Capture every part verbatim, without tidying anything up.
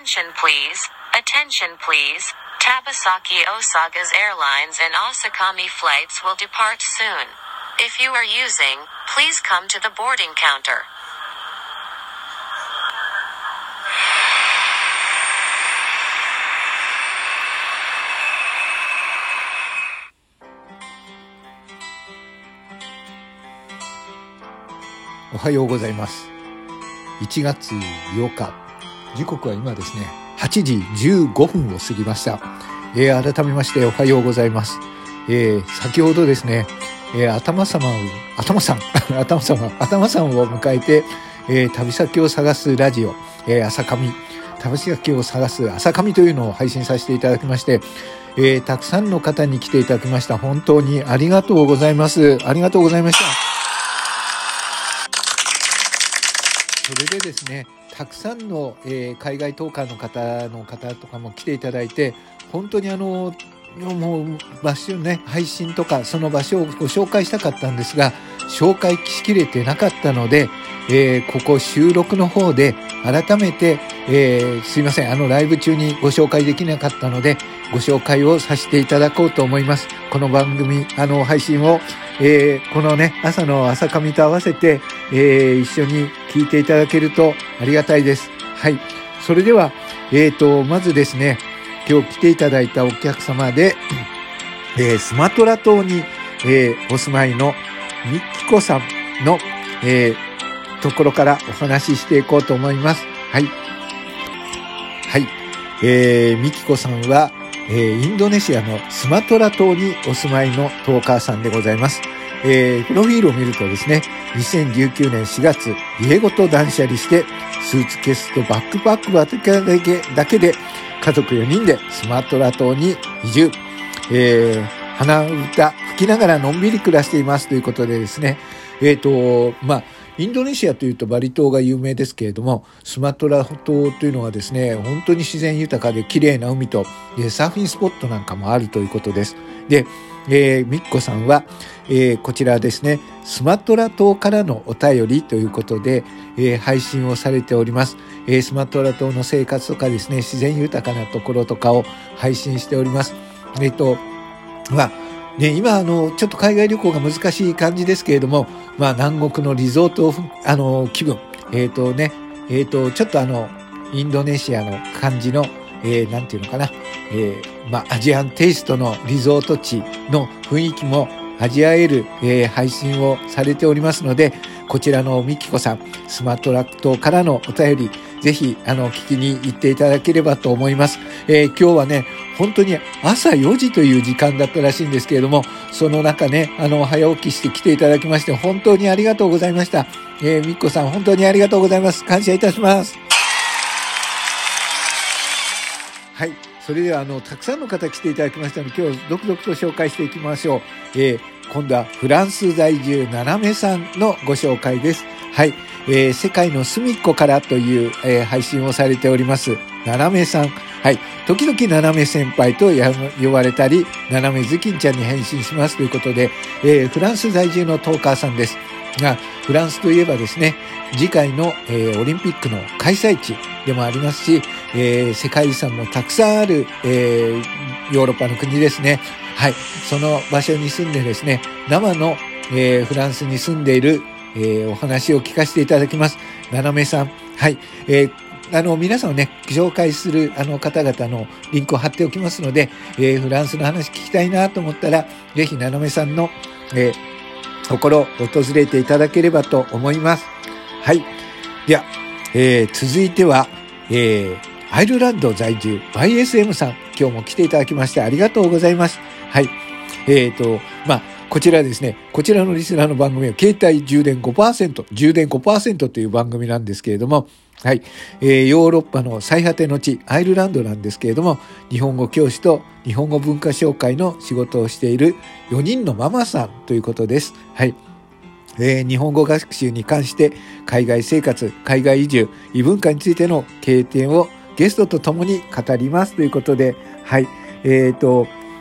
Attention please, attention please. Tabasaki Osaga's airlines and Asakami flights will depart soon. If you are using, please come to the boarding counter. おはようございます。いちがつようか、時刻は今ですねはちじじゅうごふんを過ぎました。えー、改めましておはようございます。えー、先ほどですね、えー、頭様を頭さん頭様頭さんを迎えて、えー、旅先を探すラジオ、えー、朝上旅先を探す朝上というのを配信させていただきまして、えー、たくさんの方に来ていただきました。本当にありがとうございます。ありがとうございました。それでですね、たくさんの、えー、海外トーカーの方の方とかも来ていただいて、本当にあのもう場所ね、配信とかその場所をご紹介したかったんですが、紹介しきれてなかったので、えー、ここ収録の方で改めて、えー、すいません、あのライブ中にご紹介できなかったのでご紹介をさせていただこうと思います。この番組、あの配信を、えー、このね朝の朝上と合わせて、えー、一緒に聞いていただけるとありがたいです。はい、それでは、えーと、まずですね、今日来ていただいたお客様で、えー、スマトラ島に、えー、お住まいのみきこさんの、えー、ところからお話ししていこうと思います。はい。はい。えー、みきこさんは、えー、インドネシアのスマトラ島にお住まいのトーカーさんでございます。えー、プロフィールを見るとですね、にせんじゅうきゅうねんしがつ、家ごと断捨離して、スーツケースとバックパックだけだけで、家族よにんでスマトラ島に移住。えー、鼻歌吹きながらのんびり暮らしていますということでですね、えっと、まあ、インドネシアというとバリ島が有名ですけれども、スマトラ島というのはですね、本当に自然豊かで綺麗な海と、サーフィンスポットなんかもあるということです。で、えー、みっこさんは、えー、こちらですね、スマトラ島からのお便りということで、えー、配信をされております。えー、スマトラ島の生活とかですね、自然豊かなところとかを配信しております。えっと、まあ、ね、今あのちょっと海外旅行が難しい感じですけれども、まあ南国のリゾートあの気分、えっとね、えっとちょっとあのインドネシアの感じの、えー、なんていうのかな、えー、まあアジアンテイストのリゾート地の雰囲気も味わえる、えー、配信をされておりますので、こちらのみきこさん、スマトラ島からのお便り、ぜひあの聞きに行っていただければと思います。えー、今日はね、本当に朝よじという時間だったらしいんですけれども、その中ね、あの早起きして来ていただきまして本当にありがとうございました。えー、みっこさん本当にありがとうございます。感謝いたします。はい、それではあのたくさんの方来ていただきましたので、今日続々と紹介していきましょう。えー、今度はフランス在住ななめさんのご紹介です。はい、えー、世界の隅っこからという、えー、配信をされておりますななめさん。はい、時々ななめ先輩と呼ばれたり、ななめずきんちゃんに変身しますということで、えー、フランス在住のトーカーさんですが、フランスといえばですね、次回の、えー、オリンピックの開催地でもありますし、えー、世界遺産もたくさんある、えー、ヨーロッパの国ですね。はい、その場所に住んでですね、生の、えー、フランスに住んでいる、えー、お話を聞かせていただきます。ななめさん。はい、えーあの皆さんをね紹介するあの方々のリンクを貼っておきますので、えー、フランスの話聞きたいなと思ったら、ぜひななめさんの、えー、ところを訪れていただければと思います。はい。では、えー、続いては、えー、アイルランド在住 ワイエスエム さん、今日も来ていただきましてありがとうございます。はい。えーとまあこちらですね、こちらのリスナーの番組は携帯充電 ごパーセント、充電 ごパーセント という番組なんですけれども、はい、えー、ヨーロッパの最果ての地、アイルランドなんですけれども、日本語教師と日本語文化紹介の仕事をしているよにんのママさんということです。はい。えー、日本語学習に関して海外生活、海外移住、異文化についての経験をゲストと共に語りますということで、はい。えーと、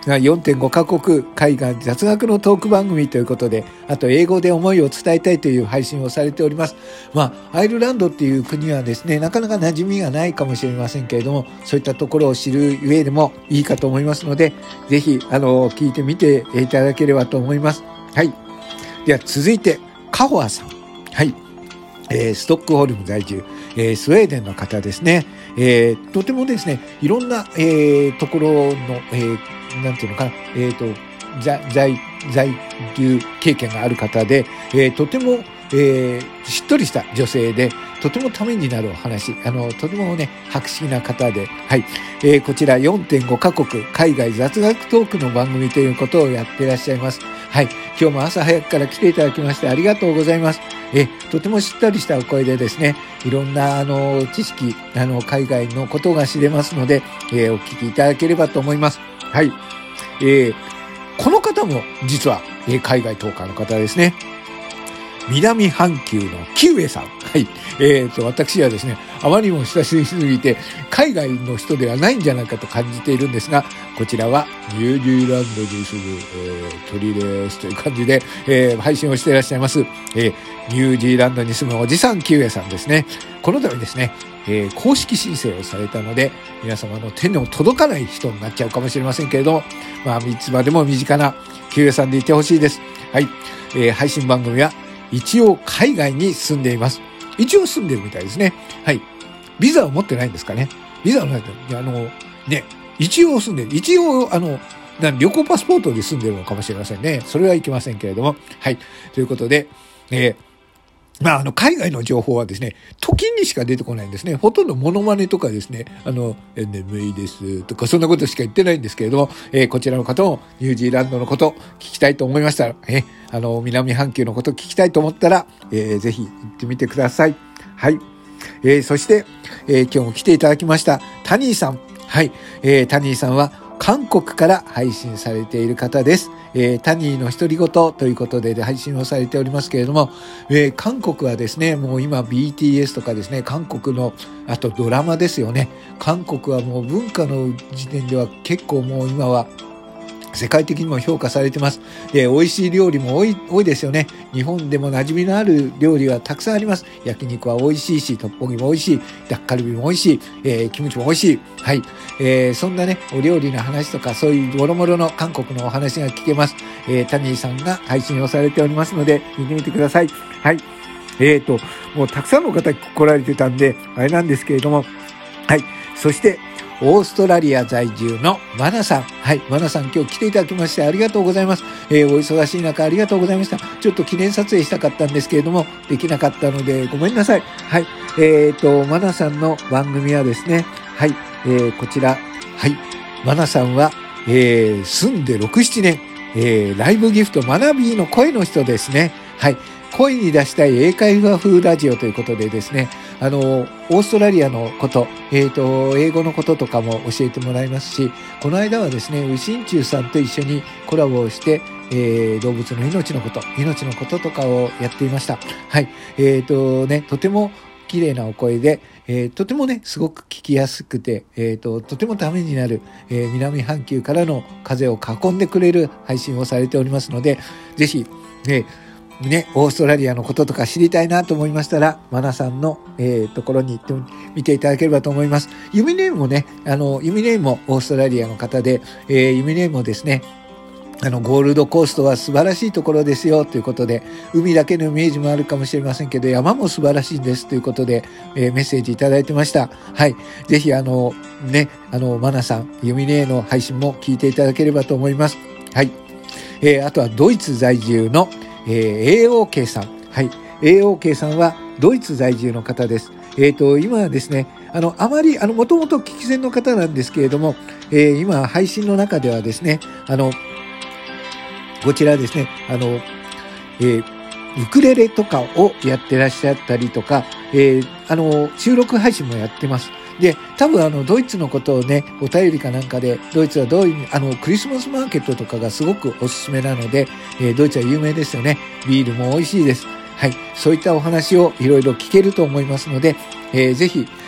よんてんご カ国海外雑学のトーク番組ということで、あと英語で思いを伝えたいという配信をされております。まあ、アイルランドっていう国はですね、なかなか馴染みがないかもしれませんけれども、そういったところを知る上でもいいかと思いますので、ぜひ、あの、聞いてみていただければと思います。はい。では、続いて、カホアさん。はい。えー、ストックホルム在住、えー、スウェーデンの方ですね。えー、とてもですね、いろんな、えー、ところの、えー、なんていうのかな、えっと、在、在、在留経験がある方で、えー、とても、えー、しっとりした女性で、とてもためになるお話、あの、とてもね、博識な方で、はい。えー、こちら よんてんご カ国海外雑学トークの番組ということをやっていらっしゃいます。はい。今日も朝早くから来ていただきましてありがとうございます。えー、とてもしっとりしたお声でですね、いろんな、あの、知識、あの、海外のことが知れますので、えー、お聞きいただければと思います。はい。えー、この方も実は、えー、海外トーカーの方ですね。南半球のキウエさん。はい。えっと、私はですね、あまりにも親しみすぎて、海外の人ではないんじゃないかと感じているんですが、こちらはニュージーランドに住む、えー、鳥ですという感じで、えー、配信をしていらっしゃいます、えー、ニュージーランドに住むおじさんキウエさんですね。この度ですね、えー、公式申請をされたので、皆様の手の届かない人になっちゃうかもしれませんけれども、まあ、いつまでも身近なキウエさんでいてほしいです。はい。えー、配信番組は、一応海外に住んでいます。一応住んでるみたいですね。はい。ビザを持ってないんですかね。ビザをないと、あの、ね、一応住んでる。一応、あの、旅行パスポートで住んでるのかもしれませんね。それはいけませんけれども。はい。ということで、えーまあ、あの、海外の情報はですね、時にしか出てこないんですね。ほとんどモノマネとかですね、あの、眠いですとか、そんなことしか言ってないんですけれども、えー、こちらの方もニュージーランドのこと聞きたいと思いましたら、えー、あの、南半球のこと聞きたいと思ったら、えー、ぜひ行ってみてください。はい。えー、そして、えー、今日も来ていただきました、タニーさん。はい。えー、タニーさんは、韓国から配信されている方です。えー、タニーの独り言ということで配信をされておりますけれども、えー、韓国はですね、もう今 ビーティーエス とかですね、韓国の、あとドラマですよね。韓国はもう文化の時点では結構もう今は世界的にも評価されてます。で、美味しい料理も多い、多いですよね。日本でも馴染みのある料理はたくさんあります。焼肉は美味しいし、トッポギも美味しい、ダッカルビも美味しい、えー、キムチも美味しい。はい。えー、そんなね、お料理の話とか、そういうもろもろの韓国のお話が聞けます。えー、タニーさんが配信をされておりますので、見てみてください。はい。えーと、もうたくさんの方来られてたんで、あれなんですけれども、はい。そして、オーストラリア在住のマナさん。はい。マナさん今日来ていただきましてありがとうございます。えー、お忙しい中ありがとうございました。ちょっと記念撮影したかったんですけれども、できなかったのでごめんなさい。はい。えーと、マナさんの番組はですね、はい。えー、こちら。はい。マナさんは、えー、住んでろく、ななねん、えー、ライブギフトマナビーの声の人ですね。はい。声に出したい英会話風ラジオということでですね、あの、オーストラリアのこと、えっと、英語のこととかも教えてもらいますし、この間はですね、ウシンチュウさんと一緒にコラボをして、えー、動物の命のこと、命のこととかをやっていました。はい。えっとね、とても綺麗なお声で、えー、とてもね、すごく聞きやすくて、えっと、とてもためになる、えー、南半球からの風を囲んでくれる配信をされておりますので、ぜひ、ね、ね、オーストラリアのこととか知りたいなと思いましたら、マナさんの、えー、ところに行ってみていただければと思います。ユミネームもね、あの、ユミネームもオーストラリアの方で、えー、ユミネームもですね、あの、ゴールドコーストは素晴らしいところですよということで、海だけのイメージもあるかもしれませんけど、山も素晴らしいんですということで、えー、メッセージいただいてました。はい。ぜひ、あの、ね、あの、マナさん、ユミネーの配信も聞いていただければと思います。はい。えー、あとはドイツ在住の、えー、エーオーケー さん。はい。エーオーケー さんはドイツ在住の方です。えっと、今はですね、あの、あまり、あの、もともと聞き戦の方なんですけれども、えー、今、配信の中ではですね、あの、こちらですね、あの、えー、ウクレレとかをやってらっしゃったりとか、えー、あの、収録配信もやってます。で、多分あの、ドイツのことをね、お便りかなんかで、ドイツはどういう、あの、クリスマスマーケットとかがすごくおすすめなので、えー、ドイツは有名ですよね。ビールも美味しいです。はい。そういったお話をいろいろ聞けると思いますので、えー、ぜひ、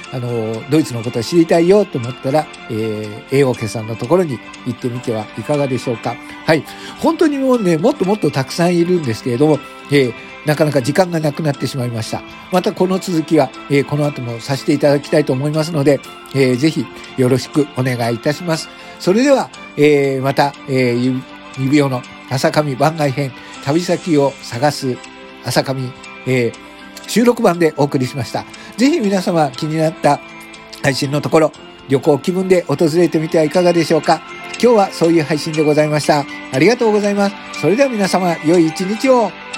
あの、ドイツのことを知りたいよと思ったら、えー、英語家さんのところに行ってみてはいかがでしょうか。はい。本当にもうね、もっともっとたくさんいるんですけれども、えー、なかなか時間がなくなってしまいました。またこの続きは、えー、この後もさせていただきたいと思いますので、えー、ぜひよろしくお願いいたします。それでは、えー、また、えー、指輪の朝神番外編、旅先を探す朝神、えー、収録版でお送りしました。ぜひ皆様気になった配信のところ、旅行気分で訪れてみてはいかがでしょうか。今日はそういう配信でございました。ありがとうございます。それでは皆様、良い一日を。